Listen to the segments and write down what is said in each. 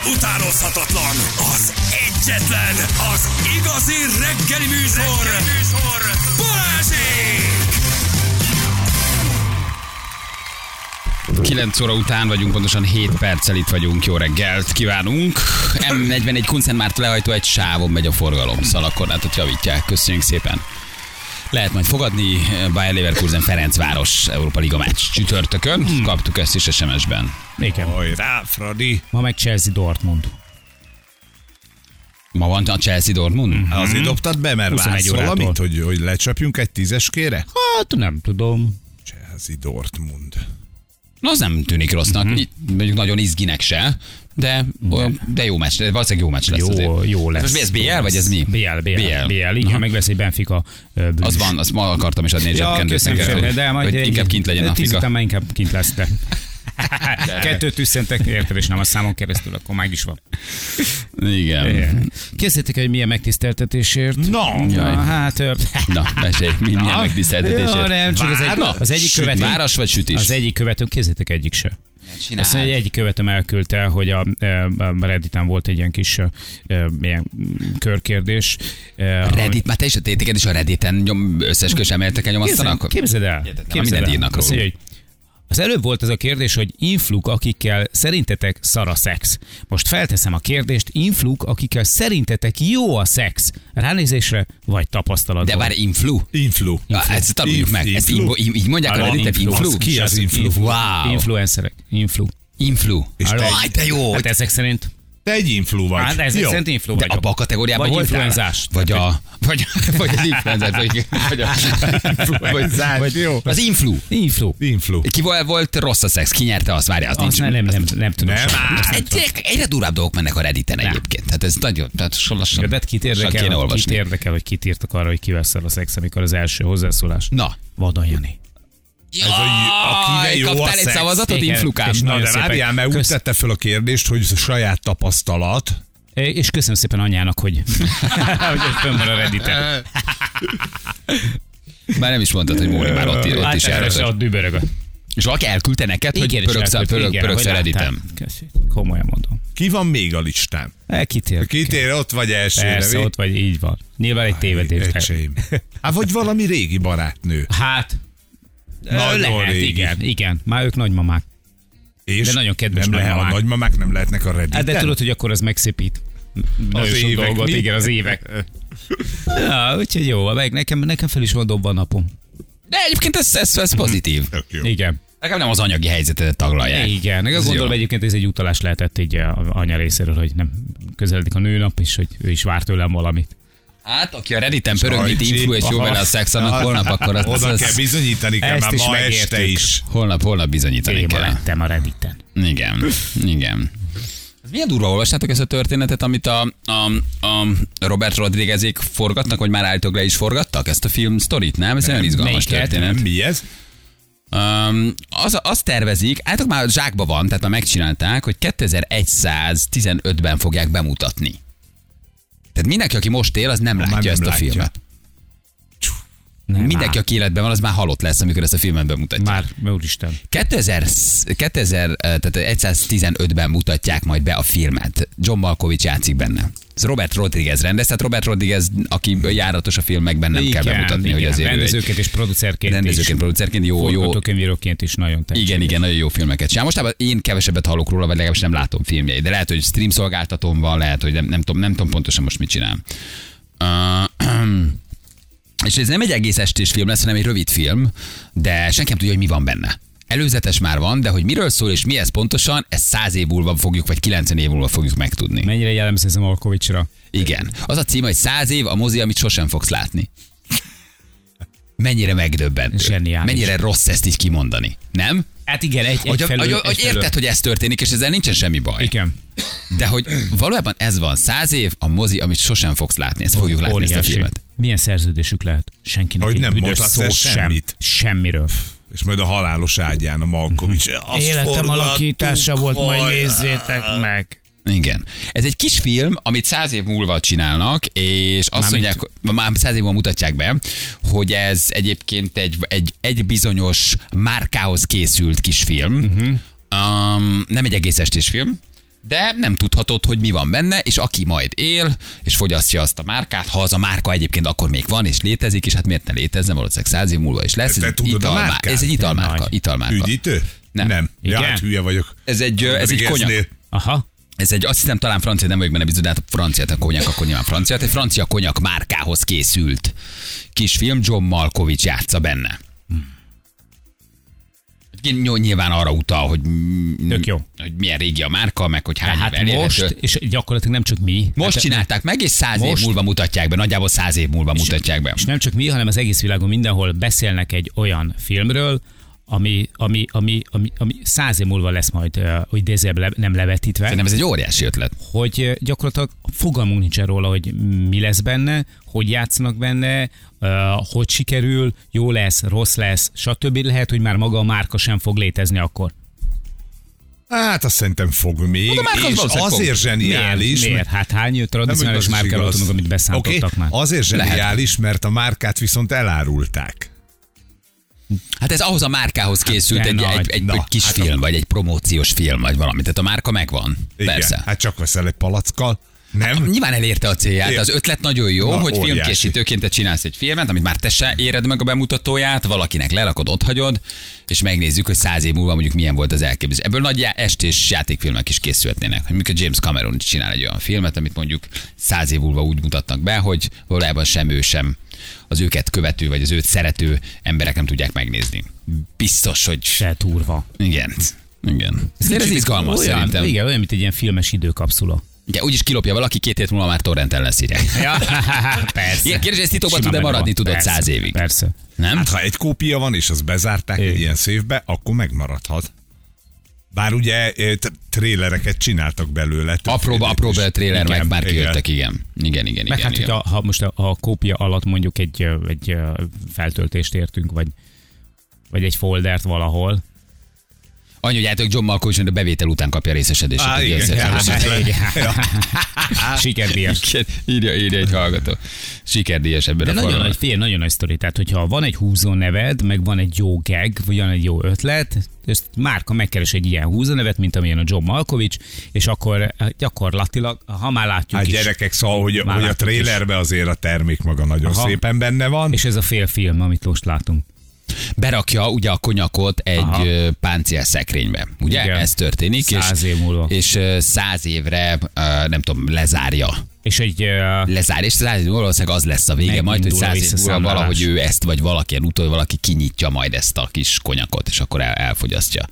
utánozhatatlan, az egyetlen, az igazi reggeli műsor, Balázsék! 9 óra után vagyunk, pontosan 7 perccel itt vagyunk. Jó reggelt kívánunk. M41 Kunszentmárt lehajtó egy sávon megy a forgalom. Szalagkorlátot javítják. Köszönjük szépen. Lehet majd fogadni Bayer Leverkusen Ferencváros Európa Liga meccs csütörtökön. Kaptuk ezt is SMS-ben. Igen. Hajrá, Fradi! Ma meg Chelsea Dortmund. Ma van a Chelsea Dortmund? Azért dobtad be, mert 21 vársz órától. valamit, hogy lecsapjunk egy 10-eskére? Hát nem tudom. Chelsea Dortmund. Na, az nem tűnik rossznak. Mondjuk nagyon izginek se, de jó meccs. Valószínűleg jó meccs lesz azért. Jó lesz. Most mi ez BL, vagy ez mi? BL. Aha. Igen, meg lesz egy Benfica bűnös. Az van, azt ma akartam is adni egy zsebkendőszeket, de majd hogy inkább kint legyen a 10 fika. után már inkább kint lesz, de. Kettőt tüsszentek, érted, és nem a számon keresztül, akkor meg is van. Igen. Képzeljétek, hogy milyen megtiszteltetésért. Jaj. Hát... Na, mesélj, milyen megtiszteltetésért. Nem, csak az egyik követőm. Város vagy sütis? Az egyik követőm, képzeljétek, egyik se. Csináld. Azt mondja, hogy egyik követőm elküldte, hogy a Redditen volt egy ilyen kis ilyen körkérdés. Reddit, már te is a téteket is a Redditen összes emelteken nyomasztanak? Képzeld el. Mindent írnak Azt róla. mondja, hogy az előbb volt ez a kérdés, hogy influk, akikkel szerintetek szar a szex. Most felteszem a kérdést, influk, akikkel szerintetek jó a szex. Ránézésre vagy tapasztalatban. De várj, influ? Influ. Ezt tanuljuk meg. Ezt így mondják a Redditen, influ? Ki az influ? Wow. Influencerek. Influ. És Aj, de jó. Hát ezek szerint. Te egy influ vagy. Hát ezek Jó. szerint influ De vagy. abban a kategóriában Vagy voltál? influenzás. Vagy az influenzás. Vagy jó. Az influ. Influ. Influ. Ki volt rossz a szex? Ki nyerte azt? Várjál, azt Azt nincs. nem tudom. Nem. Egyre durvább dolgok mennek a Redditen egyébként. Tehát ez nagyon, tehát lassan De kit kéne érdekel, olvasni. hogy kit írtak arra, hogy kivel szar a szex, amikor az első hozzászólás. Na. Vadan Jani. akivel jó a kaptál egy szex. szavazatot, Igen. influkám? És Na, nagyon de szépen. várjál, mert úgy tette föl a kérdést, hogy saját tapasztalat. És köszönöm szépen anyának, hogy fönn van a Redditen. Már nem is mondtad, hogy Móri már ott is Általános járott. ott dübörög. És valaki elküldte neked, hogy Igen, és pöröksz a hogy Redditen. láttam. Köszi. Komolyan mondom. Ki van még a listán? Kitér. Kitér, ott vagy elsőre. Persze, mi? ott vagy, így van. Nyilván egy tévedés. Öcsém. Hát vagy valami régi barátnő. Hát, Nagyon lehet, régi. igen. Már ők nagymamák. És De nagyon kedves nem lehet, a nagymamák. nagymamák nem lehetnek a Redditen. Hát de tudod, hogy akkor az megszépít. Nagyon sok évek, dolgot, mi? igen, az évek. Ja, úgyhogy jó, meg nekem fel is van dobva a napom. De egyébként ez pozitív. Tök jó. Igen. Nekem nem az anyagi helyzetet taglalják. Igen, meg Ez gondolom jó. egyébként ez egy utalás lehetett így a anya részéről, hogy nem közeledik a nőnap, és hogy ő is vár tőlem valamit. Hát, aki a Redditen pörög, mint Sajcsi. influ, és jó vele a szex, annak holnap akkor Oda kell bizonyítani kell, Ezt már is ma este megértük. is. holnap bizonyítani Téma kell. lettem a Redditen. Igen. Ez milyen durva, olvastátok ezt a történetet, amit a Robert Rodriguezék forgatnak, vagy már állítólag le is forgattak ezt a film sztorit, nem? Ez olyan izgalmas melyiket? történet. Mi ez? Azt tervezik, általában már zsákba van, tehát már megcsinálták, hogy 2115-ben fogják bemutatni. Tehát mindenki, aki most él, az nem Már látja nem ezt a látja. filmet. Nem, Mindenki, aki életben van, az már halott lesz, amikor ezt a filmet bemutatják. Már, úristen. 2115-ben mutatják majd be a filmet. John Malkovich játszik benne. Ez Robert Rodriguez rendez, tehát Robert Rodriguez, aki járatos a filmekben, nem kell bemutatni, hogy azért ő egy rendezőként és producerként rendezőként, producerként jó. forgatókönyvíróként is nagyon tehetséges. Igen, nagyon jó filmeket csinál. Mostában én kevesebbet hallok róla, vagy legalábbis nem látom filmjeit, de lehet, hogy stream szolgáltatón van, lehet, hogy nem tudom pontosan most mit csinál. És ez nem egy egész estés film lesz, hanem egy rövid film, de senki nem tudja, hogy mi van benne. Előzetes már van, de hogy miről szól és mi ez pontosan, ezt 100 év múlva fogjuk, vagy 90 év múlva fogjuk megtudni. Mennyire jellemző ez a Malkovicsra? Igen. Az a cím, hogy 100 év a mozi, amit sosem fogsz látni. Mennyire megdöbbentő. Zseniális. Mennyire rossz ezt így kimondani. Nem? Hát igen, Hogy érted, hogy ez történik, és ezzel nincsen semmi baj. Igen. De hogy valójában ez van, 100 év a mozi, amit sosem fogsz látni. Ezt fogjuk látni, ezt a Óriási. filmet. Milyen szerződésük lehet? Senkinek Hogy egy nem büdös mondhatsz szó el sem. semmit. Semmiről. És majd a halálos ágyán a Malkovics. Életem alakítása volt, majd nézzétek meg. Igen. Ez egy kis film, amit 100 év múlva csinálnak, és azt mondják, már 100 év múlva mutatják be, hogy ez egyébként egy bizonyos márkához készült kis film. Nem egy egész estés film, de nem tudhatod, hogy mi van benne, és aki majd él, és fogyasztja azt a márkát, ha az a márka egyébként akkor még van, és létezik, és hát miért ne létezne, valószínűleg 100 év múlva is lesz. Te tudod a márkát? Ez egy italmárka. Üdítő? Nem. Ja, Igen? hát hülye vagyok. Ez egy konyak. Aha. Ez egy, azt hiszem talán francia, nem vagyok benne bizony, de hát a francia, a konyak, akkor nyilván francia. Egy francia konyak márkához készült kisfilm, John Malkovich játsza benne. Nyilván arra utal, hogy, Tök jó. hogy milyen régi a márka, meg hogy hány Hát év elérhető. most, és gyakorlatilag nem csak mi. Most hát, csinálták meg, és 100 év most- múlva mutatják be, nagyjából 100 év múlva mutatják be. És nem csak mi, hanem az egész világon mindenhol beszélnek egy olyan filmről, ami 100 év múlva lesz majd, hogy idézőjelben nem levetítve, Szerintem ez egy óriási ötlet. hogy gyakorlatilag fogalmunk nincsen róla, hogy mi lesz benne, hogy játszanak benne, hogy sikerül, jó lesz, rossz lesz, stb. Lehet, hogy már maga a márka sem fog létezni akkor. Hát azt szerintem fog még, a márka az és valószínűleg azért fog. zseniális. Miért? Hát hány tradicionális Nem, hogy az is márkáról igaz. tudunk, amit beszámoltak Oké, már? azért zseniális, mert a márkát viszont elárulták. Hát ez ahhoz a márkához készült De egy nagy. Na, kis hát film, vagy egy promóciós film, vagy valami. Tehát a márka megvan. Igen, Persze. hát csak veszel egy palackkal. Nem? Nyilván elérte a célját. Igen. Az ötlet nagyon jó, Na, hogy óriási. filmkészítőként te csinálsz egy filmet, amit már te se éred meg a bemutatóját, valakinek lerakod, otthagyod, és megnézzük, hogy 100 év múlva mondjuk milyen volt az elképzelés. Ebből nagy estés játékfilmek is készülhetnének. Mondjuk a James Cameron is csinál egy olyan filmet, amit mondjuk 100 év múlva úgy mutatnak be, hogy valójában sem ő sem az őket követő, vagy az őt szerető emberek nem tudják megnézni. Biztos, hogy... Se turva. Igen. Ez izgalmas olyan, szerintem. igen, olyan, mint egy ilyen filmes időkapszula. Igen, úgyis kilopja valaki, 2 hét múlva már torrenten lesz írják. Ja, persze. Igen, kérdés, ez titokban Simán tud-e benne maradni, van. tudod, Persze, 100 évig? Persze. Nem? Hát ha egy kópia van, és azt bezárták egy Igen. ilyen széfbe, akkor megmaradhat. Bár ugye trélereket csináltak belőle. Apró tréler, Igen, meg már igen. kijöttek, igen. Igen. Meg hát, igen. hogyha, ha most a kópia alatt mondjuk egy feltöltést értünk, vagy egy foldert valahol. Annyi, hogy álltok, John Malkovich a bevétel után kapja a részesedését. Á, egy igen. összefüggésben. Igen. Sikerdíjas. Írja egy hallgató. Sikerdíjas ebben De a nagyon formában. nagyon nagy sztori. Tehát, hogyha van egy húzó neved, meg van egy jó gag, vagy van egy jó ötlet, ezt márka megkeres egy ilyen húzónevet, mint amilyen a John Malkovich, és akkor gyakorlatilag, ha már látjuk Hát is, gyerekek, szóval, hogy már a látjuk is. trélerben azért a termék maga nagyon Aha. szépen benne van. És ez a fél film, amit most látunk. Berakja ugye a konyakot egy Aha. páncél szekrénybe. Ugye? Igen. Ez történik. 100 év múlva. És 100 évre, nem tudom, lezárja. És egy Lezár, és 100 év múlva valószínűleg az lesz a vége, majd, hogy Megindul a 100 év múlva visszaszámlálás. valahogy ő ezt, vagy valakilyen utol, valaki kinyitja majd ezt a kis konyakot, és akkor elfogyasztja.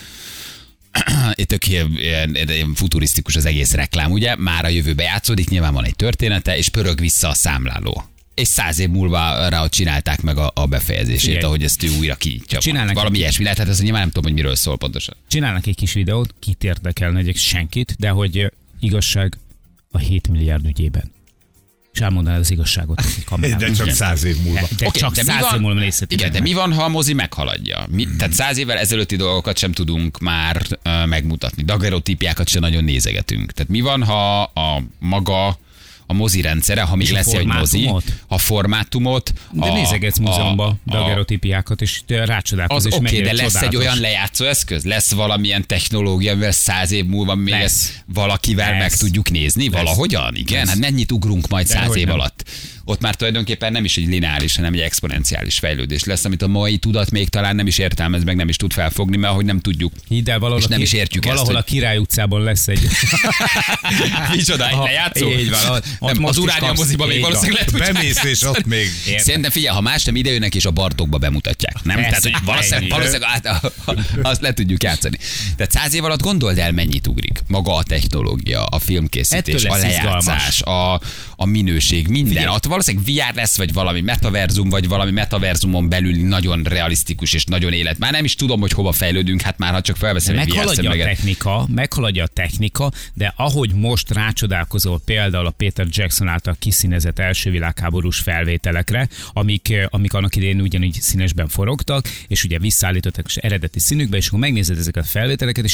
Itt tök ilyen futurisztikus az egész reklám, ugye? Már a jövőbe játszódik, nyilván van egy története, és pörög vissza a számláló. És 100 év múlva rá csinálták meg a befejezését, Igen. ahogy ezt ő újra kinyitja. Csinálnak Valami egy- ilyesmi lehet, hát ezt nyilván nem tudom, hogy miről szól pontosan. csinálnak egy kis videót, kit érdekelne, egyik senkit, de hogy igazság a 7 milliárd ügyében. És elmondanád az igazságot a kamerában. De csak 100 év múlva. De Oké, csak de mi 100 van- év múlva nézheti Igen, meg. de mi van, ha a mozi meghaladja? Tehát 100 évvel ezelőtti dolgokat sem tudunk már megmutatni. Daguerreotípiákat sem nagyon nézegetünk. Tehát mi van, ha a maga a mozi rendszere, ha még És a lesz egy mozi, formátumot? a formátumot. De nézegetsz múzeumban daguerreotípiákat, és te rácsodálkozz, az és oké, megy de egy lesz egy csodálatos. olyan lejátszóeszköz? Lesz valamilyen technológia, amivel 100 év múlva még Lesz. ezt valakivel meg Lesz. tudjuk nézni? Valahogyan? Igen? Hát mennyit ugrunk majd 100 hogy év nem. alatt? Ott már tulajdonképpen nem is egy lineáris, hanem egy exponenciális fejlődés lesz, amit a mai tudat még talán nem is értelmez, meg nem is tud felfogni, mert ahogy nem tudjuk. Hidd el, valahol, És nem is értjük ezt, valahol hogy- a Király utcában lesz egy... Micsoda, egy lejátszó? Így van. Ott Nem, most az is Uránia kapsz. moziban még Így van. valószínűleg lehet, hogy Bemész, és ott még... Szerintem figyelj, ha más nem idejönnek, és a Bartókba bemutatják. Nem? Persze, Tehát, hogy valószínűleg azt le tudjuk játszani. Tehát 100 év alatt gondold el, mennyit ugrik. Maga a technológia, a filmkészítés, Ettől a lesz lejátszás, a minőség, minden. Ott valószínűleg VR lesz, vagy valami metaverzum, vagy valami metaverzumon belül nagyon realisztikus és nagyon élet. Már nem is tudom, hogy hova fejlődünk, hát már ha csak felveszem egy VR Meghaladja a technika, de ahogy most rácsodálkozol például a Peter Jackson által kiszínezett első világháborús felvételekre, amik annak idején ugyanígy színesben forogtak, és ugye visszaállítottak az eredeti színükbe, és akkor megnézed ezeket a felvételeket, és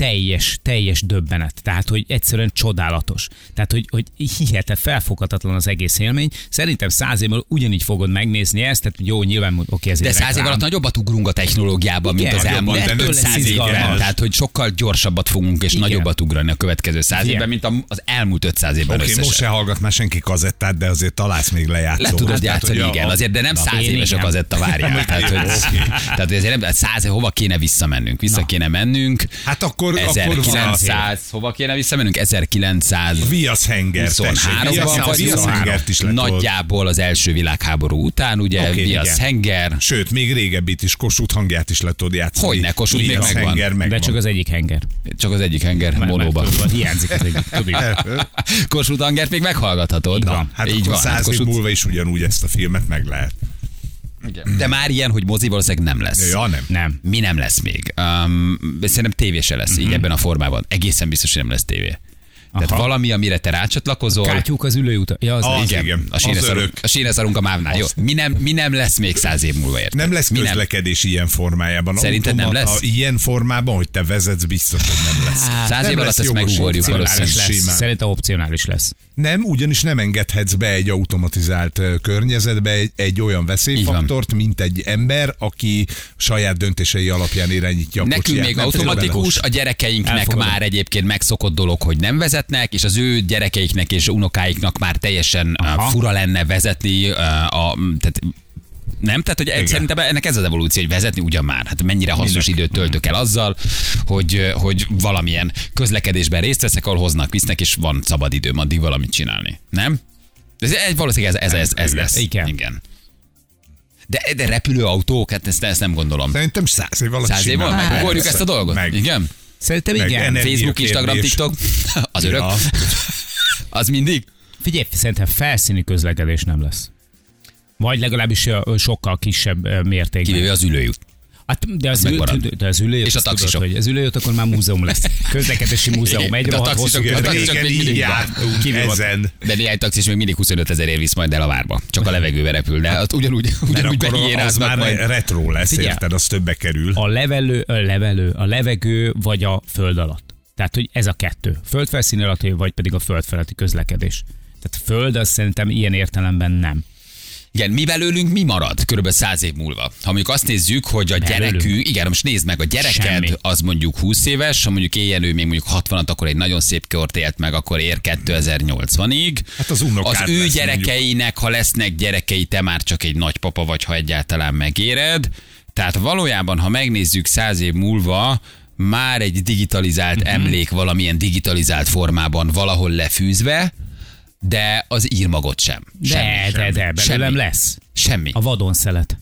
teljes döbbenet. Tehát, hogy egyszerűen csodálatos. Tehát, hogy hihetetlen, felfoghatatlan az egész élmény. Szerintem 100 évvel ugyanígy fogod megnézni ezt, tehát jó, nyilván oké, ez De 100 év alatt nagyobbat ugrunk a technológiában, mint az elmúlt ettől 500 lesz évben. izgalmas. Tehát, hogy sokkal gyorsabbat fogunk és Igen. nagyobbat ugrani a következő 100 évben, mint az elmúlt 500 évben Oké, most se összesen. hallgat már senki kazettát, de azért találsz még lejátszót. Le tudod Tehát, játszani, hogy igen, azért, de nem 100 én éves a igen. kazetta, várjál. Tehát, hogy azért nem, 100 hova kéne visszamennünk? Kéne mennünk. Hát akkor 1900, hova kéne visszamennünk? 1900. Viaszhenger. Viaszhengert is lett volna. nagyjából az első világháború után, ugye, Oké, Viaszhenger. Sőt, még régebbit is Kossuth hangját is le tudod játszani. Hogyne, Kossuth még megvan. De csak az egyik henger. Csak az egyik henger Mert monóban. tudod, hiányzik az egyik. Tudjuk. Kossuth hangert még meghallgathatod. Így van. Hát Így akkor van. 100 év Kossuth- múlva is ugyanúgy ezt a filmet meg lehet. De már ilyen, hogy mozi valószínűleg nem lesz. Ja, nem. Nem. Mi nem lesz még? Szerintem tévé se lesz így ebben a formában. Egészen biztos, hogy nem lesz tévé. Tehát Aha. valami, amire te rácsatlakozol. Kátyúk az ülőjúta. Ja, az Az igen. igen. A síre Az szarunk, örök. a síre szarunk a mávnál. Jó. Mi nem lesz még 100 év múlva, érted? Nem lesz Mi közlekedés ilyen formájában. Szerinted nem Automata lesz? Ilyen formában, hogy te vezetsz, biztos, hogy nem lesz. 100 Nem év alatt lesz ezt jogos megugorjuk opcionális valószínűleg. Lesz. simán. Szerintem opcionális lesz. Nem, ugyanis nem engedhetsz be egy automatizált környezetbe egy olyan veszélyfaktort, mint egy ember, aki saját döntései alapján irányítja a Nekünk kocsiját. még Nem tudod automatikus, bele- a gyerekeinknek Elfogadom. már egyébként megszokott dolog, hogy nem vezetnek, és az ő gyerekeiknek és unokáiknak már teljesen Aha. fura lenne vezetni, tehát nem? Tehát, hogy szerintem ennek ez az evolúció, hogy vezetni ugyan már. Hát mennyire hasznos időt töltök el azzal, hogy valamilyen közlekedésben részt veszek, ahol hoznak, visznek, és van szabad időm addig valamit csinálni. Nem? Valószínűleg ez lesz. Igen. De repülőautók, hát ezt nem gondolom. Szerintem 100 év alatt 100 év alatt simán. megugorjuk Persze. ezt a dolgot? Meg. Igen? Szerintem Meg igen. energia Facebook, Instagram, kérdés. TikTok, az örök. Ja. Az mindig. Figyelj, szerintem felszíni közlekedés nem lesz. Vagy legalábbis sokkal kisebb mértékben. Kivéve az ülőjút. Hát, de megmarad. az ülőjött, És a azt tudod, taxisok. hogy az ülőjött, akkor már múzeum lesz. Közlekedési múzeum. Egy De a rohadt taxisok- hosszú a közlekedés. taxisok Régen még így mindig jártunk ezen. De néhány taxis még mindig 25 000 visz majd el a várba. Csak a levegőbe repül, de ott ugyanúgy Mert akkor az behiénáznak már majd. retro lesz, Figyelj. érted? Az többe kerül. A levegő vagy a föld alatt. Tehát, hogy ez a kettő. Földfelszín alatti, vagy pedig a föld feletti közlekedés. Tehát a föld az szerintem ilyen értelemben nem. Igen, mi belőlünk mi marad körülbelül 100 év múlva? Ha mondjuk azt nézzük, hogy a Belőlünk? gyerekünk, igen, most nézd meg, a gyereked Semmi. az mondjuk 20 éves, ha mondjuk éljen ő még mondjuk 60-at, akkor egy nagyon szép kort élt meg, akkor ér 2080-ig. Hát az unokát ő lesz, gyerekeinek, ha lesznek gyerekei, te már csak egy nagypapa vagy, ha egyáltalán megéred. Tehát valójában, ha megnézzük 100 év múlva, már egy digitalizált emlék valamilyen digitalizált formában valahol lefűzve, de az írmagot sem. De belőlem Semmi. lesz. Semmi. A vadonszelet.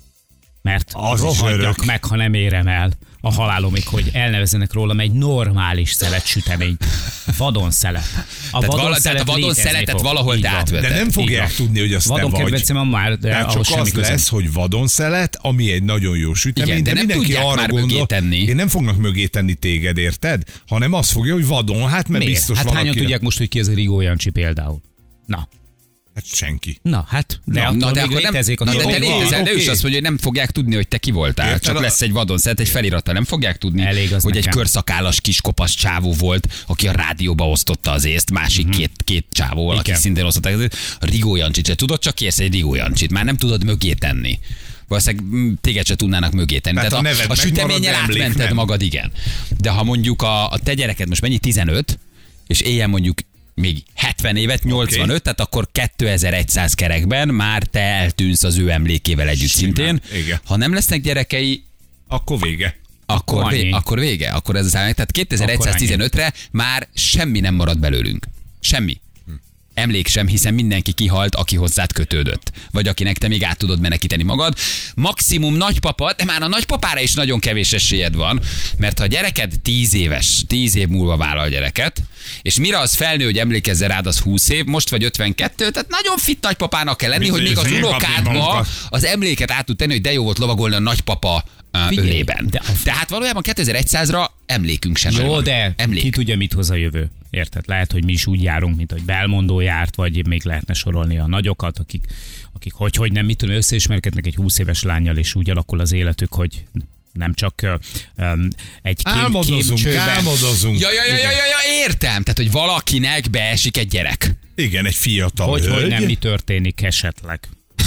Mert Az is rohadjak örök. meg, ha nem érem el a halálomig, hogy elnevezzenek rólam egy normális szeledsütemény. Vadonszelet. A Tehát vadonszelet a vadonszeletet létezni fog. valahol Így te van. átvetted. De nem fogják Így van. tudni, hogy azt te Vadon vagy. kedvencem van már, de Tehát ahhoz csak semmi az közöm. lesz, hogy vadonszelet, ami egy nagyon jó sütemény, Igen, de nem mindenki tudják arra már mögé gondol, tenni. én nem fognak mögé tenni téged, érted? Hanem azt fogja, hogy vadon, hát mert Miért? biztos Hát valaki... hányan tudják most, hogy ki az a Rigó Jancsi például? Na. Hát senki. Na, hát. De Na, attól de még akkor nem, létezik a na, de dolog. létezel, de ő is oké. azt mondja, hogy nem fogják tudni, hogy te ki voltál. Érted? Csak lesz egy vadonszeret, egy felirata. Nem fogják tudni, Elég az hogy egy nekem. körszakállas kiskopasz csávó volt, aki a rádióba osztotta az észt, másik két csávóval, aki Igen. szintén osztották az észt. A Rigó Jancsit se tudod, csak kérsz egy Rigó Jancsit. Már nem tudod mögé tenni. Valószínűleg téged se tudnának mögé tenni. Tehát Tehát a neved a süteménnyel megmarad, emlék átmented nem. magad, igen. De ha mondjuk a te gyereked most mennyi, 15, és éljen mondjuk még 70 évet, 85, tehát akkor 2100 kerekben már te eltűnsz az ő emlékével együtt Simán, szintén. igen. Ha nem lesznek gyerekei, Akkor vége. akkor annyi. vége. Akkor ez az számít. Tehát 2115-re már semmi nem marad belőlünk. Semmi. Emlék sem, hiszen mindenki kihalt, aki hozzád kötődött. Vagy akinek te még át tudod menekíteni magad. Maximum nagypapa, de már a nagypapára is nagyon kevés esélyed van, mert ha a gyereked 10 éves, 10 év múlva vállal gyereket, és mire az felnő, hogy emlékezze rád, az 20 év, most vagy 52, tehát nagyon fit nagypapának kell lenni, hogy még az unokádba az emléket át tud tenni, hogy de jó volt lovagolni a nagypapa Figyelj, ölében. de Tehát valójában 2100-ra emlékünk sem. Jó, van. de Emlék. ki tudja, mit hoz a jövő. Érted? Lehet, hogy mi is úgy járunk, mint hogy Belmondó járt, vagy még lehetne sorolni a nagyokat, akik hogy nem, mit tudom, összeismerkednek egy 20 éves lánnyal, és úgy alakul az életük, hogy Nem csak egy Álmodozunk. Ja, értem. Tehát, hogy valakinek beesik egy gyerek. Igen, egy fiatal hölgy. Hogy nem mi történik esetleg.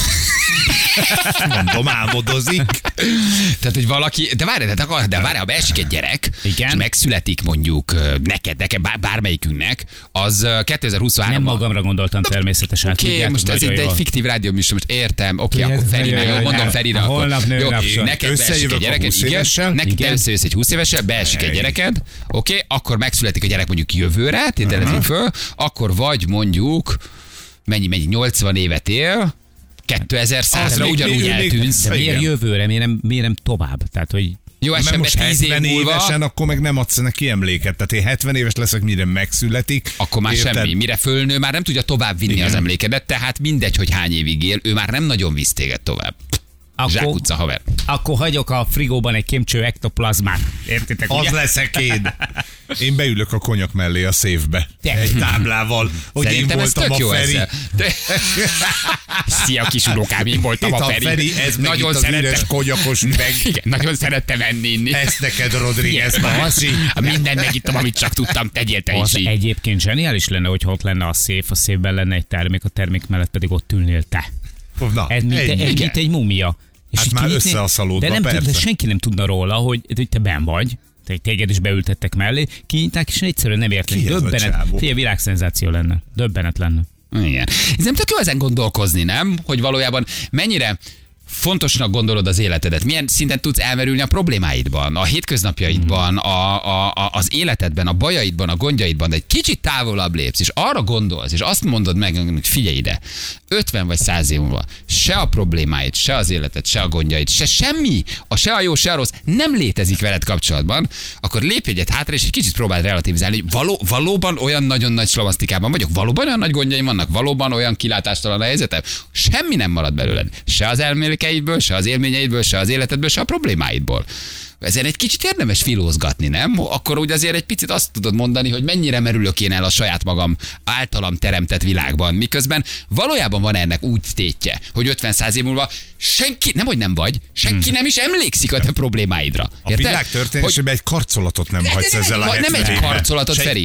Mondom, álmodozik. Tehát, hogy valaki, de várj, ha beesik egy gyerek, igen, és megszületik mondjuk nekem, bármelyikünknek, az 2023-ban... Nem magamra gondoltam természetesen. Oké, most ez egy fiktív rádió műsor, most értem, oké, akkor Ferina, mondom Ferina, akkor jó, neked beesik egy gyerek, te összejössz egy 20 évessel, beesik egy gyereked, oké, akkor megszületik a gyerek mondjuk jövőre, tételezzük föl, akkor vagy mondjuk, mennyi, 80 évet él, 2100-ra ugyanúgy eltűnsz. De miért jövőre, miért nem tovább? Tehát, hogy jó esetben most 10 év múlva... évesen, akkor meg nem adsz neki emléket. Tehát én 70 éves leszek, mire megszületik. Akkor már semmi. Mire fölnő, már nem tudja tovább vinni az emlékedet, tehát mindegy, hogy hány évig él, ő már nem nagyon visz téged tovább. Zsákutca haver. Akkor hagyok a frigóban egy kémcső ektoplazmát. Értitek? Az leszek én. Én beülök a konyak mellé a széfbe. Egy táblával, hogy szerintem én voltam a Feri. Szia kis unokám, én voltam a Feri. Ez nagyon szerettem. Konyakos üveg. Igen, nagyon szerettem enni inni. Ezt neked, Rodríguez bácsi. Mindent megittem, amit csak tudtam, tegyél te is így. Egyébként zseniális lenne, hogy ott lenne a széfben lenne egy termék, a termék mellett pedig ott ülnél te. Na, ez mint egy mumia. És hát már összeaszalódva, de senki nem tudna róla, hogy te benn vagy. Téged is beültettek mellé, kinyitták, és egyszerűen nem értenek. Döbbenet. Világszenzáció lenne. Döbbenet lenne. Igen. Ez nem tök jó ezen gondolkozni, nem? Hogy valójában mennyire fontosnak gondolod az életedet? Milyen szinten tudsz elmerülni a problémáidban, a hétköznapjaidban, az életedben, a bajaidban, a gondjaidban, de egy kicsit távolabb lépsz, és arra gondolsz, és azt mondod meg, hogy figyelj ide, 50 vagy 100 év múlva se a problémáid, se az életed, se a gondjaid, se semmi, se a jó, se a rossz nem létezik veled kapcsolatban, akkor lépj egyet hátra, és egy kicsit próbáld relativizálni, hogy valóban olyan nagyon nagy slamasztikában vagyok, valóban olyan nagy gondjaim vannak, valóban olyan kilátástalan a helyzetem, semmi nem marad belőled, se az elmélekeidből, se az élményeidből, se az életedből, se a problémáidból. Ezen egy kicsit érdemes filózgatni, nem? Akkor úgy azért egy picit azt tudod mondani, hogy mennyire merülök én el a saját magam általam teremtett világban, miközben valójában van ennek úgy tétje, hogy 50-100 év múlva senki, nemhogy nem vagy, senki nem is emlékszik a te problémáidra. A világ történésében egy karcolatot nem hagysz ezzel a 70 nem egy karcolatot, Feri.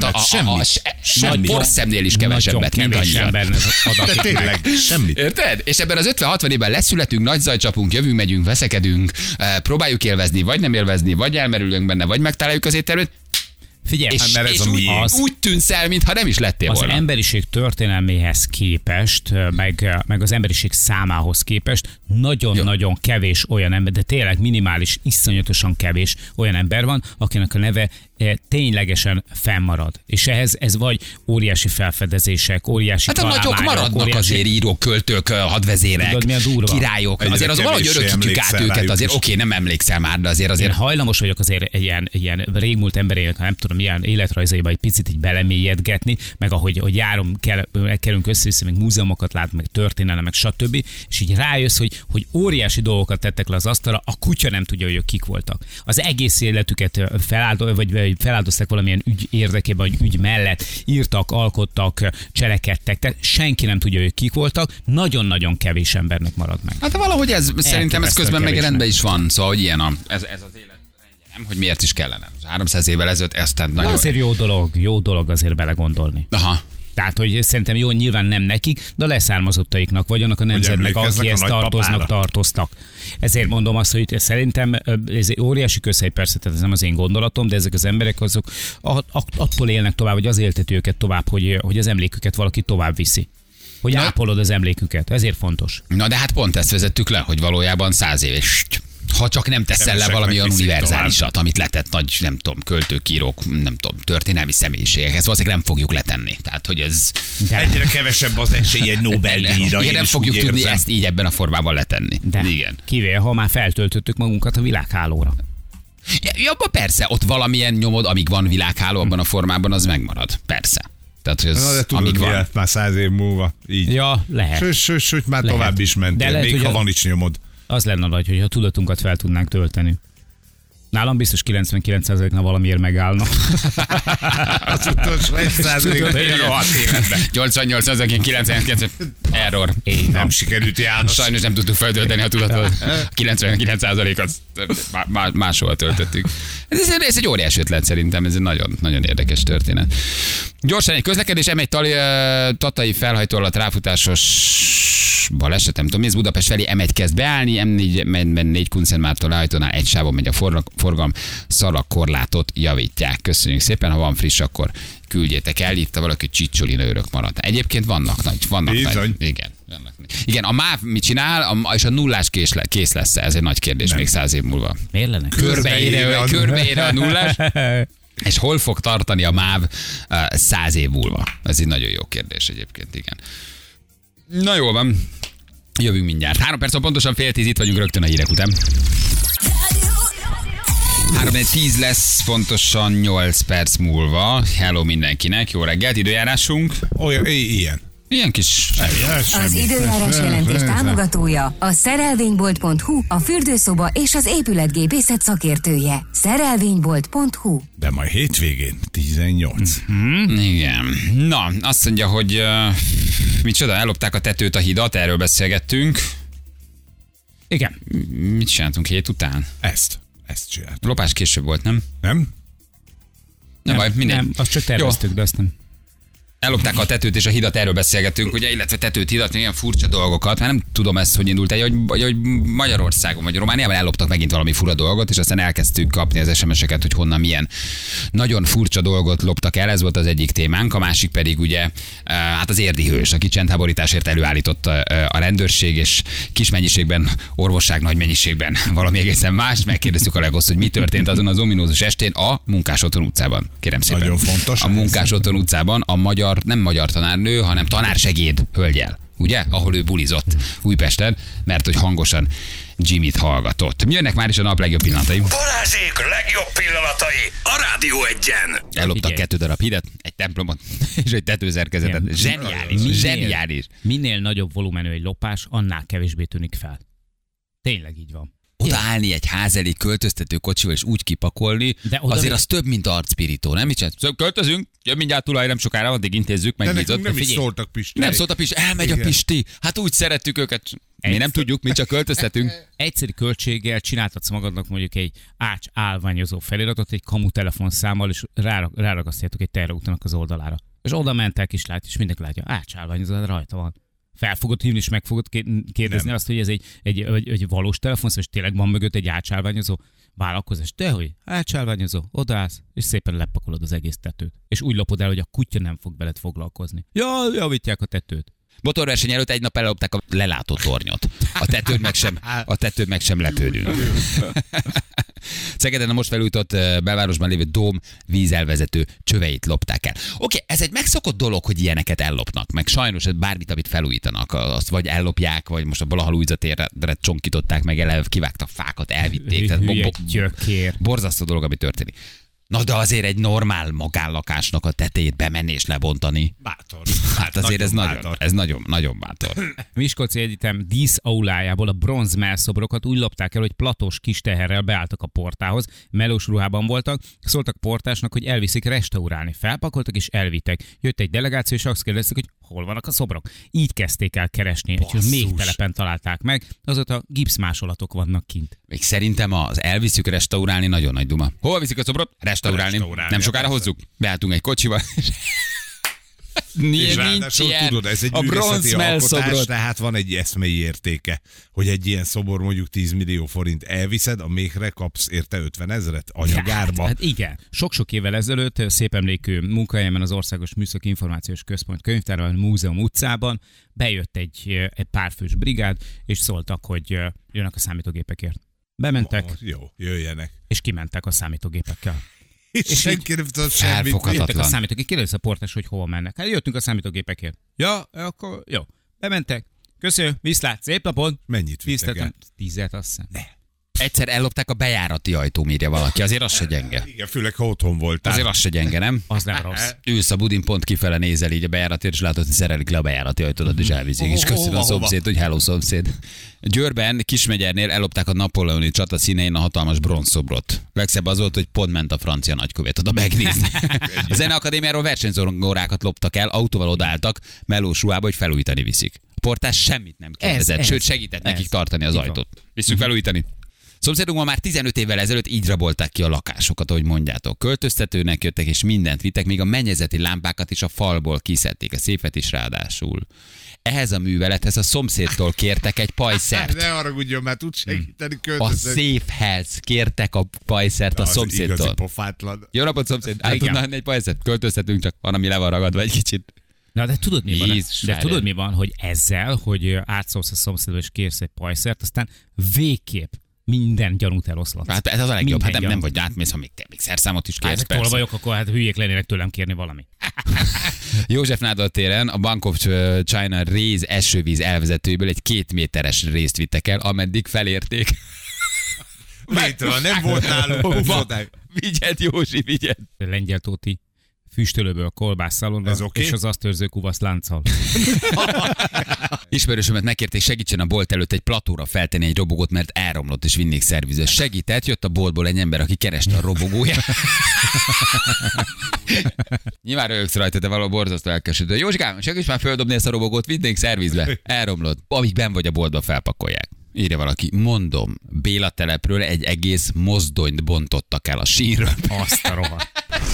Hát a porszemnél is kevesebbet, mint annyian. De tényleg, semmit. Érted? És ebben az 50-60 évben leszületünk, nagy zaj csapunk, jövünk, megyünk, veszekedünk, próbáljuk élvezni, vagy nem élvezni, vagy elmerülünk benne, vagy megtaláljuk az éttermet. Figyelj, és úgy tűnsz el, mintha nem is lettél volna. Az emberiség történelméhez képest, meg az emberiség számához képest nagyon-nagyon kevés olyan ember, de tényleg minimális, iszonyatosan kevés olyan ember van, akinek a neve ténylegesen fennmarad. És ez vagy óriási felfedezések, óriási találmányok. Hát a nagyok maradnak azért, írók, költők, hadvezérek, királyok. Azért az valahogy örökítjük át őket, azért oké, nem emlékszel már, de azért. Én hajlamos vagyok azért ilyen régmúlt emberének, nem tudom, milyen életrajzaiba egy picit így belemélyedgetni, meg ahogy kerülünk össze-vissza, meg múzeumokat lát, meg történelem, meg stb. És így rájössz, hogy óriási dolgokat tettek le az asztalra, a kutya nem tudja, hogy ők kik voltak. Az egész életüket feláldozták valamilyen ügy érdekében, vagy ügy mellett, írtak, alkottak, cselekedtek, tehát senki nem tudja, hogy ők kik voltak, nagyon-nagyon kevés embernek marad meg. Hát valahogy szerintem ez közben meg rendben is van, szóval hogy ilyen ez az élet. Nem, hogy miért is kellene. 300 évvel ezelőtt ezt nagyon... Azért jó dolog azért belegondolni. Aha. Tehát, hogy szerintem jó, nyilván nem nekik, de a leszármazottaiknak, vagy annak a nemzetnek, akihez tartoztak. Ezért mondom azt, hogy szerintem ez egy óriási közhely, persze, tehát ez nem az én gondolatom, de ezek az emberek azok attól élnek tovább, vagy az élteti őket tovább, hogy az emléküket valaki tovább viszi. Hogy ápolod az emléküket. Ezért fontos. Na de hát pont ezt vezettük le, hogy valójában 100 éves. Ha csak nem teszel le valami olyan univerzálisat, amit letett nagy, nem tudom, költők, írók, nem tudom, történelmi személyiségek. Ezt valószínűleg nem fogjuk letenni. Tehát, hogy ez... De egyre kevesebb az esély egy Nobel-díjra. Igen, nem fogjuk tudni ezt így ebben a formában letenni. De igen. Kivéve, ha már feltöltöttük magunkat a világhálóra. Ja, persze, ott valamilyen nyomod, amíg van világháló abban a formában, az megmarad. Persze. Tehát, hogy ez, de tudod, amíg van. Már 100 év múlva. Így. Ja, lehet. Sőt, már lehet. Tovább is mentél, lehet, még ha van is nyomod. Az lenne nagy, hogyha a tudatunkat fel tudnánk tölteni. Nálam biztos 99%-nál valamiért megállna. Utolsó 88, 99, error. Nem sikerült, János. Sajnos nem tudtuk feltölteni a tudatot. 99%-at máshol töltöttük. Ez egy óriás ötlet szerintem, ez egy nagyon, nagyon érdekes történet. Gyorsan egy közlekedés, M1 tatai felhajtó alatt ráfutásos baleset, nem tudom, ez Budapest felé M1 kezd beállni, M4-ben 4 Kunszentmártól lehajtónál egy sávon megy a forgalom, szalagkorlátot javítják. Köszönjük szépen, ha van friss, akkor küldjétek el, itt valaki csicsolina örök maradt. Egyébként vannak nagy. Igen. Igen, a MÁV mit csinál, és a nullás kész lesz. Ez egy nagy kérdés nem. Még 100 év múlva. Miért lenne? Körbeére a nullás. És hol fog tartani a MÁV 100 év múlva? Ez egy nagyon jó kérdés egyébként, igen. Na jól van, jövünk mindjárt. 3 perc, pontosan 9:30 itt vagyunk rögtön a hírek után. 3:10 lesz, pontosan 8 perc múlva. Hello mindenkinek, jó reggelt, időjárásunk. Olyan, ilyen. Ilyen kis... Az időjárás jelentés támogatója a szerelvénybolt.hu, a fürdőszoba és az épületgépészet szakértője. Szerelvénybolt.hu. De majd hétvégén 18. Igen. Na, azt mondja, hogy micsoda, ellopták a tetőt, a hidat, erről beszélgettünk. Igen. Mit csináltunk hét után? Ezt csináltuk. Lopás később volt, nem? Nem? Nem baj, mindegy. Nem, azt csak terveztük, de azt nem. Ellopták a tetőt és a hidat, erről beszélgettünk, ugye, illetve tetőt, hidat, ilyen furcsa dolgokat. Hát nem tudom ezt, hogy indult el, hogy Magyarországon vagy Romániában elloptak megint valami fura dolgot, és aztán elkezdtük kapni az SMS-eket, hogy honnan milyen nagyon furcsa dolgot loptak el, ez volt az egyik témánk, a másik pedig ugye hát az érdi hős, aki csendháborításért előállított a rendőrség, és kis mennyiségben, orvosság nagy mennyiségben valami egészen más. Megkérdeztük a Legoszt, hogy mi történt azon az ominózus estén a Munkás Otthon utcában. Kérem szépen. Nagyon fontos. A Munkás Otthon utcában a nem magyar tanárnő, hanem tanársegéd hölgyel, ugye? Ahol ő bulizott Újpesten, mert hogy hangosan Jimmy-t hallgatott. Jönnek már is a nap legjobb pillanatai. Balázsék legjobb pillanatai a Rádió 1-en. Elloptak 2 darab hidat, egy templomot és egy tetőszerkezetet. Zseniális. Minél nagyobb volumenű egy lopás, annál kevésbé tűnik fel. Tényleg így van. Odaállni egy ház elé költöztető kocsival és úgy kipakolni, de azért az több, mint arcpirító, nem? Mit csinálsz? Szóval költözünk, jön mindjárt tulaj, nem sokára, addig intézzük, megbízott. Nem is szóltak Pisti. Nem szóltak Pisti, elmegy a Pisti. Hát úgy szerettük őket. Mi nem tudjuk, mi csak költöztetünk. Egyszerű költséggel csináltatsz magadnak mondjuk egy ács állványozó feliratot, egy kamu telefonszámmal, és ráragasztjátok egy terraútnak az oldalára. És oda mentek is lát, és mindenki látja, ács állványozó, rajta van. Fel fogod hívni, és meg fogod kérdezni azt, hogy ez egy valós telefonszám, és tényleg van mögött egy átsálványozó vállalkozás. Dehogy, átsálványozó, odaállsz, és szépen lepakolod az egész tetőt. És úgy lopod el, hogy a kutya nem fog veled foglalkozni. Ja, javítják a tetőt. Motorverseny előtt egy nap ellopták a lelátó tornyot. A tetőd meg sem lepődünk. Szegeden a most felújított belvárosban lévő Dóm vízelvezető csöveit lopták el. Oké, ez egy megszokott dolog, hogy ilyeneket ellopnak, meg sajnos bármit, amit felújítanak, azt vagy ellopják, vagy most a Balahalújza térre csonkították, meg kivágtak fákat, elvitték. Borzasztó dolog, ami történik. Na de azért egy normál magánlakásnak a tetejét bemenni és lebontani. Bátor. Hát azért ez nagyon bátor. Miskolci Egyetem díszaulájából a bronz mellszobrokat úgy lopták el, hogy platós kis teherrel beálltak a portához, melós ruhában voltak, szóltak portásnak, hogy elviszik restaurálni. Felpakoltak és elvittek. Jött egy delegáció, és azt kérdezték, hogy hol vannak a szobrok. Így kezdték el keresni, és még telepen találták meg, azóta gipszmásolatok vannak kint. Még szerintem az elviszük restaurálni nagyon nagy duma. Hol viszik a szobrot? Restaurálni. Nem sokára hozzuk. Beálltunk egy kocsival. És ráadásul tudod, ez egy művészeti alkotás, tehát van egy eszmei értéke, hogy egy ilyen szobor mondjuk 10 millió forint elviszed, a méhre kapsz érte 50 000 anyagárba. Hát igen. Sok-sok évvel ezelőtt szép emlékű munkahelyemen az Országos Műszaki Információs Központ könyvtárban, Múzeum utcában bejött egy párfős brigád, és szóltak, hogy jönnek a számítógépekért. Bementek. Jó, jöjjenek. És kimentek a számítógépekkel. És senki nem tudott semmit. Jöttek a számítógépek, kérdezte a portás, hogy hova mennek. Hát jöttünk a számítógépekért. Ja, akkor jó. Bementek. Köszönöm, viszlát, szép napot. Mennyit vittek el? 10-et, azt hiszem. Egyszer ellopták a bejárati ajtóm, írja valaki. Azért az se gyenge. Igen, főleg ha otthon voltál. Azért az se gyenge, nem? Az nem rossz. Ülsz a budin, pont kifele nézel így a bejáratért, és látod, hogy szerelik le a bejárati ajtódat, és elviszik. És köszönöm a szomszéd, hogy hello szomszéd. Győrben, Kismegyernél ellopták a napóleoni csata színein a hatalmas bronzszobrot. Legszebb az volt, hogy pont ment a francia nagykövet oda megnézni. A Zeneakadémiáról versenyzórákat loptak el, autóval odaálltak, melós ruhába, hogy felújítani viszik. A portás semmit nem kérdezett, sőt segített nekik tartani az ajtót. Visszük felújítani. Szomszédunkban már 15 évvel ezelőtt így rabolták ki a lakásokat, ahogy mondjátok. Költöztetőnek jöttek és mindent vittek, még a mennyezeti lámpákat is a falból kiszedték, a széfet is ráadásul. Ehhez a művelethez a szomszédtól kértek egy pajszert. Ne haragudjon, már tud segíteni A költözni. széfhez kértek a pajszert a szomszédtól. Igazi pofátlan. Jó napot, szomszéd! Át tudna adni egy pajszert? Költöztetünk, csak van, ami le van ragadva egy kicsit. Na, de tudod mi van? Jézus, De tudod mi van, hogy ezzel, hogy átszólsz a szomszédba és kérsz egy pajszert, aztán végképp minden gyanút eloszlatsz. Hát ez az a legjobb. Minden Hát nem gyanút. vagy átmész, ha még szerszámot is kérsz, Hát persze. tolvajok, akkor hát hülyék lennének tőlem kérni valami. József Nádor téren a Bank of China réz esővíz elvezetőjéből egy 2 méteres részt vittek el, ameddig felérték. Métről, nem volt nálunk. Vigyed, Józsi, vigyed. Lengyel Tóti füstölőből kolbásszalonra, Ez oké? és az azt őrző kuvasz lánccal. Ismerősömet megkérték, segítsen a bolt előtt egy platóra feltenni egy robogót, mert elromlott és vinnék szervizet. Segített, jött a boltból egy ember, aki kereste a robogóját. Nyilván rögsz rajta, de valahol borzasztó elkeserítő. Józsikám, segíts már földobni ezt a robogót, vinnénk szervizbe. Elromlott. Amíg benn vagy a boltba, felpakolják. Írja valaki, mondom, Béla telepről egy egész mozdonyt bontottak el a sírról. Azt a rohadt.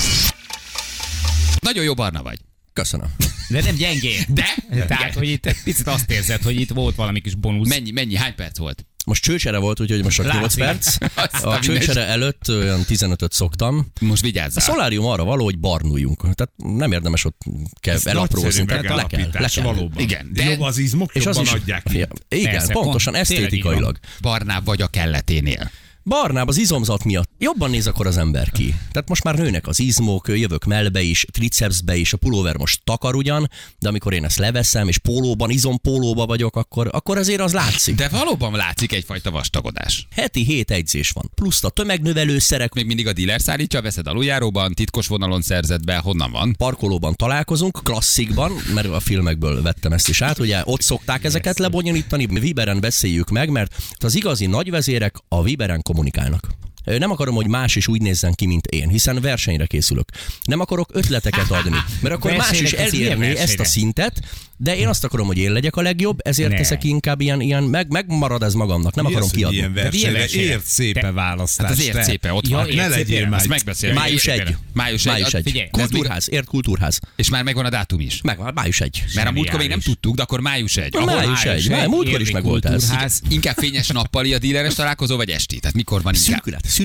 Nagyon jó barna vagy. Köszönöm. De nem gyengén. De? Tehát, hogy itt egy picit azt érzed, hogy itt volt valami kis bónusz. Mennyi, hány perc volt? Most csőcsere volt, úgyhogy most a 8 perc. A csőcsere előtt olyan 15-öt szoktam. Most A vigyázzál. szolárium arra való, hogy barnuljunk. Tehát nem érdemes ott kell elaprózni. Nagyszerű Tehát le megállapítás, kell. valóban. Igen, de- Jobb az izmok, És az jobban is, adják ki. igen, Persze, pontosan, pont, tényleg így esztétikailag. Barnább vagy a kelleténél. Barnább az izomzat miatt jobban néz akkor az ember ki. Tehát most már nőnek az izmok, jövök mellbe is, tricepsbe is, a pulóver most takar ugyan, de amikor én ezt leveszem, és pólóban, izompólóba vagyok, akkor azért az látszik. De valóban látszik egyfajta vastagodás. Heti 7 edzés van. Plusz a tömegnövelőszerek, Még mindig a dealer szállítja, veszed aluljáróban, titkos vonalon szerzett be, honnan van? parkolóban találkozunk, klasszikban, mert a filmekből vettem ezt is át, ugye ott szokták ezeket lebonyolítani, Viberen beszéljük meg, mert az igazi nagyvezérek a Viberen kommunikálnak. Nem akarom, hogy más is úgy nézzen ki, mint én, hiszen versenyre készülök. Nem akarok ötleteket adni, mert akkor más is Versenyre készül, elérné milyen ezt a versenyre? szintet, de én azt akarom, hogy én legyek a legjobb, ezért Ne. teszek inkább ilyen megmarad ez magamnak, nem akarom kiadni. Ilyen versenyre, versenyre? ért szépe Te- választás. Hát az ért te. szépe, ott Ja, van. ért Ne szépe. legyél már. Ezt megbeszéljük. Május 1. Május 1. Május 1. figyelj, Kultúrház, ért kultúrház. És már megvan a dátum is. Meg, május 1. Mert a múltkor még nem Zseniális. tudtuk, de akkor május 1. Május 1. Múltkor is érdi megvolt ez. kultúrház. Inkább fényes nappali a díleres találkozó, vagy esti? Tehát mikor van inkább?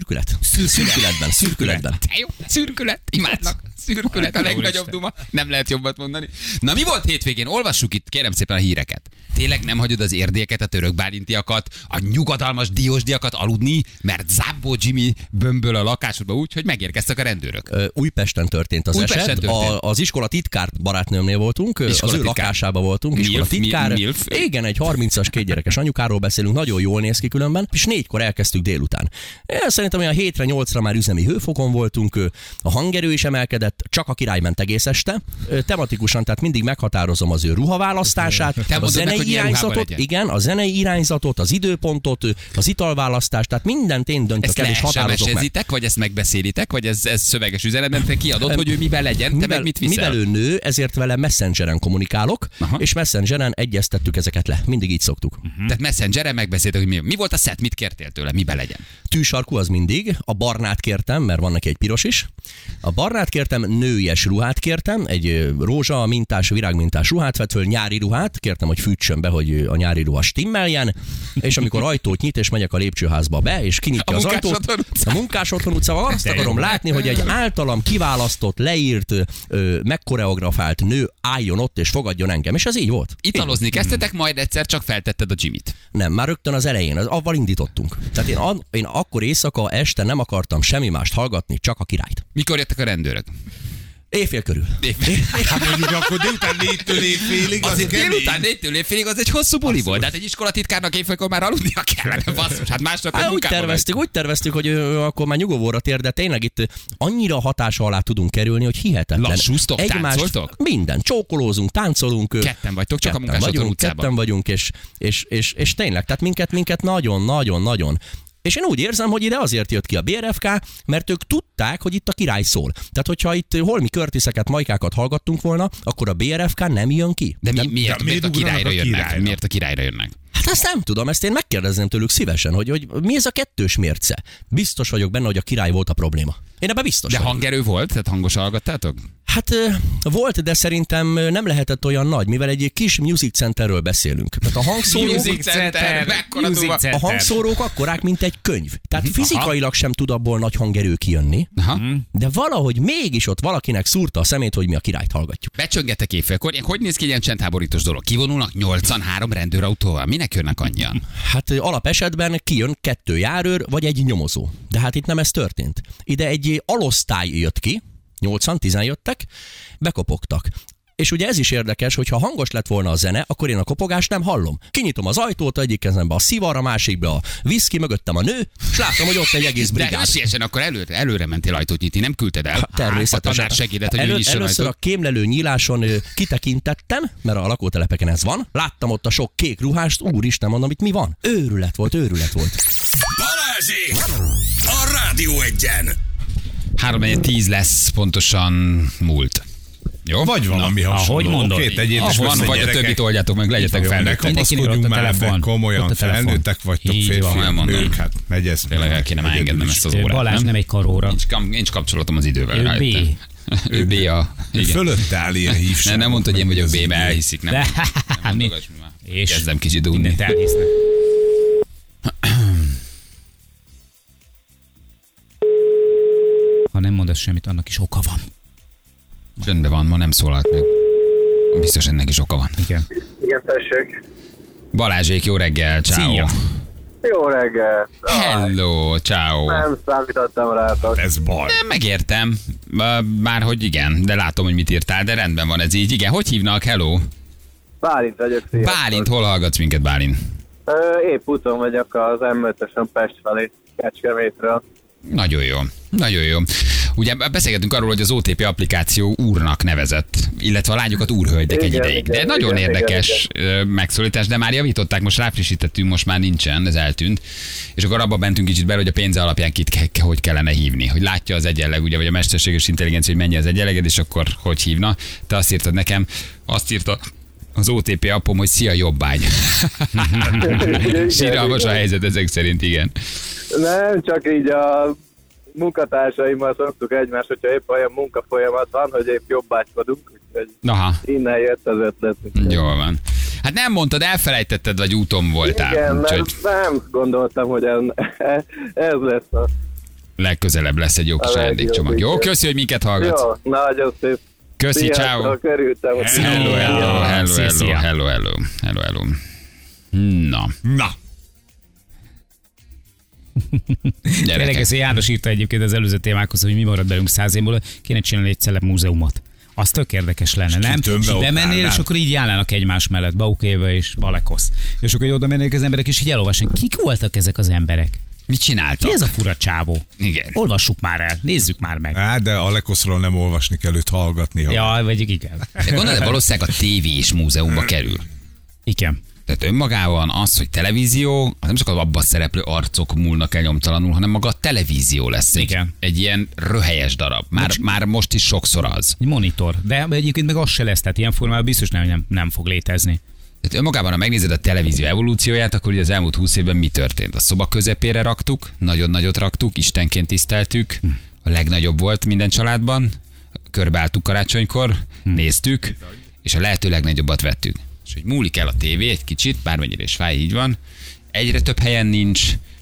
Szürkületben. De jó, szürkület, imádnak. Szürkület, a legnagyobb duma. Nem lehet jobbat mondani. Na mi volt hétvégén? Olvassuk itt, kérem szépen a híreket. Tényleg nem hagyod az érdéket, a török bálintiakat, a nyugodalmas diósdiakat aludni, mert Zámbó Jimmy bömböl a lakásodba úgy, hogy megérkeztek a rendőrök. Újpesten történt az Újpesten eset. történt. Az iskola titkár barátnőmnél voltunk, az ő titkár. lakásában voltunk, iskola titkár. Milf. Igen, egy 30-as 2 gyerekes anyukáról beszélünk, nagyon jól néz ki különben, és 4-kor elkezdtük délután. Szerintem olyan 7-re, 8-ra már üzemi hőfokon voltunk, a hangerő is emelkedett, csak a király ment egész este. Tematikusan, tehát mindig meghatározom az ő ruhaválasztását, a mondod meg, zenei hogy milyen ruhában irányzatot, legyen. igen, a zenei irányzatot, az időpontot, az italválasztást, tehát mindent én döntök Ezt el és határozok meg. SMS-ezitek, vagy ezt megbeszélitek, vagy ez szöveges üzenetben te kiadod, hogy ő mivel legyen, te meg mit viszel? Mivel ő nő, ezért vele Messengeren kommunikálok, Aha. és Messengeren egyeztettük ezeket le. Mindig így szoktuk. Tehát Messengeren megbeszéltek, hogy mi volt a szett, mit kértél tőle, miben legyen. Tűsarkú az mindig, a barnát kértem, mert van neki egy piros is. A barnát kértem, nőies ruhát kértem, egy rózsa mintás, virágmintás ruhát vett föl, nyári ruhát, kértem, hogy fűtsön be, hogy a nyári ruha stimmeljen, és amikor ajtót nyit, és megyek a lépcsőházba be, és kinyitja A az Munkás ajtót, Otthon utca. a Munkás Otthon utcában azt akarom látni, hogy egy általam kiválasztott, leírt, megkoreografált nő álljon ott, és fogadjon engem, és ez így volt. Italozni kezdtetek, majd egyszer csak feltetted a Jimmyt. Nem, már rögtön az elején, avval indítottunk. Tehát én akkor éjszaka, este nem akartam semmi mást hallgatni, csak a királyt. Mikor jöttek a rendőrök? Éjfél körül. Hát mondjuk akkor délután 4-től éjfélig, azért délután 4-től éjfélig az egy hosszú buli volt. Tehát egy iskolatitkárnak éjfélkor már aludnia kellene, basszus. Hát másnap úgy terveztük, hogy akkor már nyugovóra tér, de tényleg itt annyira hatása alá tudunk kerülni, hogy hihetetlen. Lassúztok, táncoltok? Minden, csókolózunk, táncolunk. Ketten vagytok, csak a Munkásotthon utcában. Ketten vagyunk, és tényleg, tehát minket nagyon-nagyon-nagyon. És én úgy érzem, hogy ide azért jött ki a BRFK, mert ők tudták, hogy itt a király szól. Tehát, hogyha itt Holmi Curtiseket, Majkákat hallgattunk volna, akkor a BRFK nem jön ki. De miért a királyra jönnek? Miért a királyra jönnek? Hát azt nem tudom, ezt én megkérdezném tőlük szívesen, hogy mi ez a kettős mérce. Biztos vagyok benne, hogy a király volt a probléma. Én ebben biztos De vagyok. hangerő volt? Tehát hangosan hallgattátok? Hát volt, de szerintem nem lehetett olyan nagy, mivel egy kis music centerről beszélünk. Tehát a hangszórók akkorák, mint egy könyv. Tehát fizikailag sem tud abból nagy hangerő kijönni, de valahogy mégis ott valakinek szúrta a szemét, hogy mi a királyt hallgatjuk. Becsöngetek éjfélkor. Hogy néz ki egy ilyen csendháborítós dolog? Kivonulnak 83 rendőrautóval? Minek jönnek annyian? Hát alapesetben kijön 2 járőr, vagy egy nyomozó. De hát itt nem ez történt. Ide egy alosztály jött ki, 8-10 jöttek, bekopogtak. És ugye ez is érdekes, hogy ha hangos lett volna a zene, akkor én a kopogást nem hallom. Kinyitom az ajtót, egyik kezembe a szivar, a másikba a viszki, mögöttem a nő, és látom, hogy ott egy egész brigád. De hülyesen, akkor előre mentél ajtót nyitni, nem küldted el? Természetesen. Először a kémlelő nyíláson kitekintettem, mert a lakótelepeken ez van. Láttam ott a sok kék ruhást, úristen, mondom, itt mi van? Őrület volt. Balázsék! A Rádió Egyen! 3-10 lesz pontosan múlt. Jó? Vagy valami hasonló. Ahogy mondod. Két egyénes van, vagy a többit oldjátok meg, legyetek felnőttek. Kapaszkodjunk már, de komolyan felnőttek vagytok, férfiak, nők, hát megy ez. Tényleg el kéne már engednem ezt az órát. Balázs nem egy karóra. Nincs kapcsolatom az idővel. Ő B. Ő B a... Fölötte áll ilyen hívság. Nem mondta, hogy én vagyok B, mert elhiszik, nem? És kezdem kicsit dugni. mindent elhisznek. Ha nem mondasz semmit, annak is oka van. Csöndben van, ma nem szólalt meg. Biztos ennek is oka van. Igen. Igen, tessék. Balázsék, jó reggel, ciao. Szia. Jó reggel. Hello, ciao. Nem számítottam rátok. Ez baj. Nem, megértem. Már hogy igen, de látom, hogy mit írtál, de rendben van ez így. Igen, hogy hívnak? Hello. Bálint vagyok, sziasztok. Bálint, hol hallgatsz minket, Bálint? Épp úton vagyok az M5-ösen Pest felé, Kecskemétről. Nagyon jó. Nagyon jó. Ugye beszélgetünk arról, hogy az OTP applikáció úrnak nevezett, illetve a lányokat úrhölgyek egy ideig. De nagyon érdekes megszólítás, de már javították, most ráfrissítettünk, most már nincsen, ez eltűnt. És akkor abba mentünk kicsit bele, hogy a pénze alapján hogy kellene hívni. Hogy látja az egyenleg, ugye, vagy a mesterséges intelligencia, hogy mennyi az egyenleged, és akkor hogy hívna. Te azt írtad nekem, azt írta az OTP appom, hogy szia jobbágy. Síralmas a helyzet ezek szerint, igen. Nem, csak így a munkatársaimmal szoktuk egymást, hogyha épp olyan munkafolyamat van, hogy épp jobbágykodunk, úgyhogy innen jött az ötlet. Jól van. Hát nem mondtad, elfelejtetted, vagy úton voltál. Igen, nem gondoltam, hogy ez lesz a... Legközelebb lesz egy jó kis ajándékcsomag. Jó, köszi, hogy minket hallgatsz. Jó, nagyon szép. Köszi, ciao. Hello. Na. Gyerekek, János írta egyébként az előző témákhoz, hogy mi marad belünk 100 évből, kéne csinálni egy celeb múzeumot. Az tök érdekes lenne, nem? És bemennél, és akkor így járnának egymás mellett, Baukéva és Balekosz. És akkor oda mennék az emberek, és így elolvasnak. Kik voltak ezek az emberek? Mit csináltak? Ki ez a fura csávó? Igen. Olvassuk már el, nézzük már meg. De Alekoszról nem olvasni kell, őt hallgatni. Ja, vagy igen. De gondolod, valószínűleg a tévé is múzeumba kerül. Igen. Tehát önmagában az, hogy televízió, az nem csak az abban szereplő arcok múlnak el nyomtalanul, hanem maga a televízió lesz egy ilyen röhelyes darab. Már most is sokszor az. Egy monitor, de egyébként meg az se lesz, tehát ilyen formában biztos nem fog létezni. Tehát önmagában, ha megnézed a televízió evolúcióját, akkor ugye az elmúlt 20 évben mi történt? A szoba közepére raktuk, nagyon nagyot raktuk, istenként tiszteltük, a legnagyobb volt minden családban, körbeálltuk karácsonykor, néztük, és a lehető legnagyobbat vettük. És hogy múlik el a tévé egy kicsit, bármennyire is fáj, így van, egyre több helyen nincs,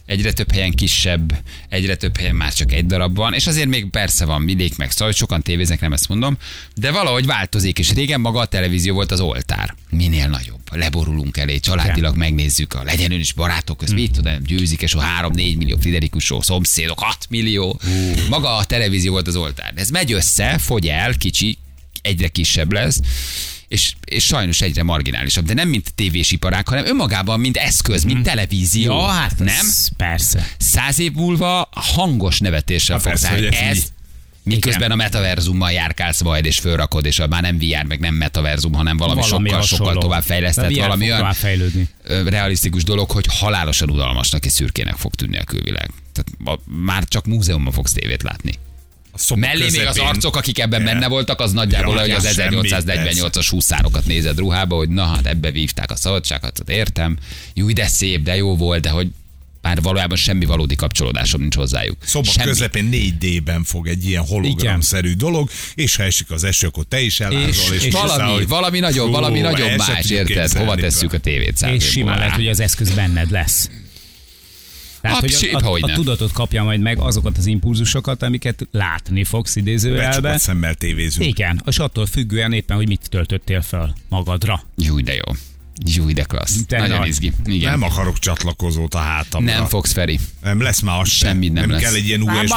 egyre több helyen kisebb, egyre több helyen már csak egy darab van, és azért még persze van vidék meg szaj, sokan tévéznek, nem ezt mondom, de valahogy változik, és régen maga a televízió volt az oltár. Minél nagyobb, leborulunk elé, családilag megnézzük, a legyen ön is barátok közt, mit tudom, győzik, és 3-4 millió Friderikus show, szomszédok 6 millió. Maga a televízió volt az oltár. Ez megy össze, fogy el, kicsi, egyre kisebb lesz, és sajnos egyre marginálisabb, de nem mint tévésiparák, hanem önmagában, mint eszköz, mint televízió. Ja, hát nem? Persze. 100 év múlva hangos nevetéssel fogsz állni. Miközben a metaverzummal járkálsz majd, és fölrakod, és már nem VR, meg nem metaverzum, hanem valami sokkal tovább fejlesztett, valami olyan realisztikus dolog, hogy halálosan udalmasnak és szürkének fog tűnni a külvilág. Tehát már csak múzeumban fogsz tévét látni. Mellé még az arcok, akik ebben benne voltak, az nagyjából, hogy az 1848-as húszárokat nézed ruhába, hogy na hát ebbe vívták a szabadságot, értem. Jó, de szép, de jó volt, de hogy már valójában semmi valódi kapcsolódásom nincs hozzájuk. Szombat közepén 4D-ben fog egy ilyen hologramszerű dolog, és ha esik az eső, akkor te is elázol. És valami nagyobb más, érted? Hova tesszük a tévét? És simán lehet, hogy az eszköz benned lesz. Tehát, hogy a tudatot kapja majd meg azokat az impulzusokat, amiket látni fogsz idézőjelbe. Becsukott szemmel tévézünk. Igen, és attól függően éppen, hogy mit töltöttél fel magadra. Jó, de jó. Jó, de klassz. Nagyon izgi. Igen. Nem akarok csatlakozót a hátamra. Nem fogsz, Feri. Nem lesz már az sem. Semmit nem lesz. Kell egy ilyen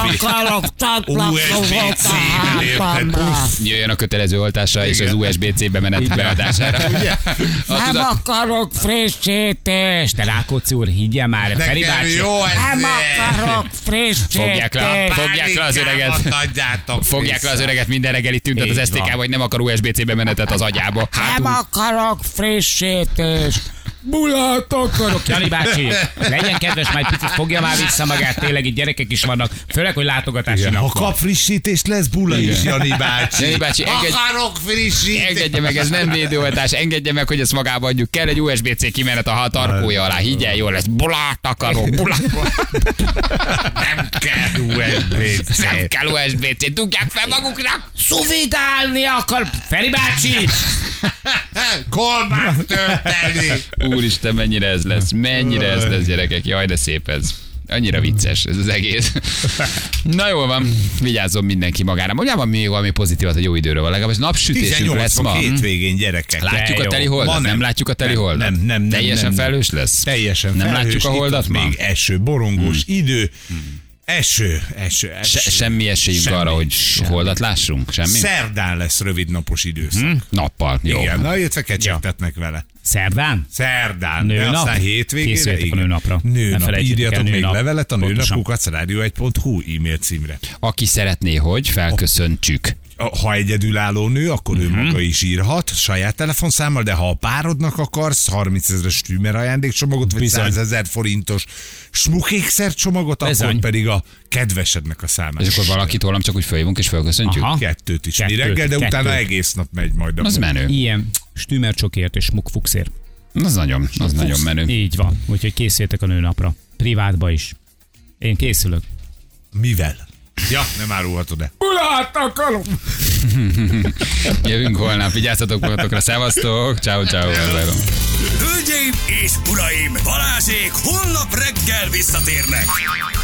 USB-C-ben. Jöjjön a kötelező oltásra és az USB-C-be menet beadására. Nem akarok frissítést. De Rákóczi úr, higgyel már. Feri bácsi. Nem akarok frissítést. Fogják le az öreget. Fogják le az öreget, minden reggel itt tüntet az STK, vagy nem akar USB-C-be menetet az agyába. Nem akarok frissítést. Bulát akarok. Jani bácsi, legyen kedves, majd picit fogja már vissza magát, tényleg itt gyerekek is vannak, főleg, hogy látogatási napon. Ha kap frissítést, lesz bula is, Jani bácsi. Jani bácsi, akarok frissítést. Engedje meg, ez nem védőoltás, engedje meg, hogy ezt magába adjuk. Kell egy USB-C kimenet a tarkója alá, higgyel, jól lesz. Bulát akarok, bulát. Nem kell USB-C. Nem kell USB-C, dugják fel maguknak. Szuvidálni akar. Feri bácsi. Kolbászt tölteni. Úristen, mennyire ez lesz, gyerekek, jaj, de szép ez. Annyira vicces ez az egész. Na jól van, vigyázzon mindenki magára. Mondjában még valami pozitívat a jó időről van, legalábbis napsütésünk lesz ma. Hétvégén, gyerekek. Látjuk a teli holdat? Nem látjuk a teli holdat? Nem. Teljesen felhős lesz? Teljesen nem felhős. Látjuk a holdat ma? Még eső, borongós idő. Eső. Semmi esélyünk arra, hogy holdat lássunk? Semmi? Szerdán lesz rövidnapos időszak. Nappal, jó. Igen, na illetve kecsegtetnek vele. Szerdán? Szerdán. Nőnap? De aztán hétvégére. Készüljetek a nőnapra. Nőnap. Írjatok még levelet a nőnap@radio1.hu e-mail címre. Aki szeretné, hogy felköszöntsük. Ha egyedülálló nő, akkor ő maga is írhat saját telefonszámmal, de ha a párodnak akarsz 30 000 stümer ajándékcsomagot, vagy 100 000 forintos smukékszer csomagot, akkor pedig a kedvesednek a számát. És akkor valakit holnap csak úgy följövünk és felköszöntjük? Aha. Kettőt is. Mi reggel, de utána egész nap megy majd. Az menő. Ilyen stümer csokért és smukfuxért. Az nagyon menő. Így van. Úgyhogy készüljetek a nőnapra. Privátba is. Én készülök. Mivel? Ja, nem árulhatod-e? Bulát akarom! Jövünk holnap, vigyázzatok magatokra, szevasztok, ciao. Hölgyeim és uraim, Balázsék holnap reggel visszatérnek.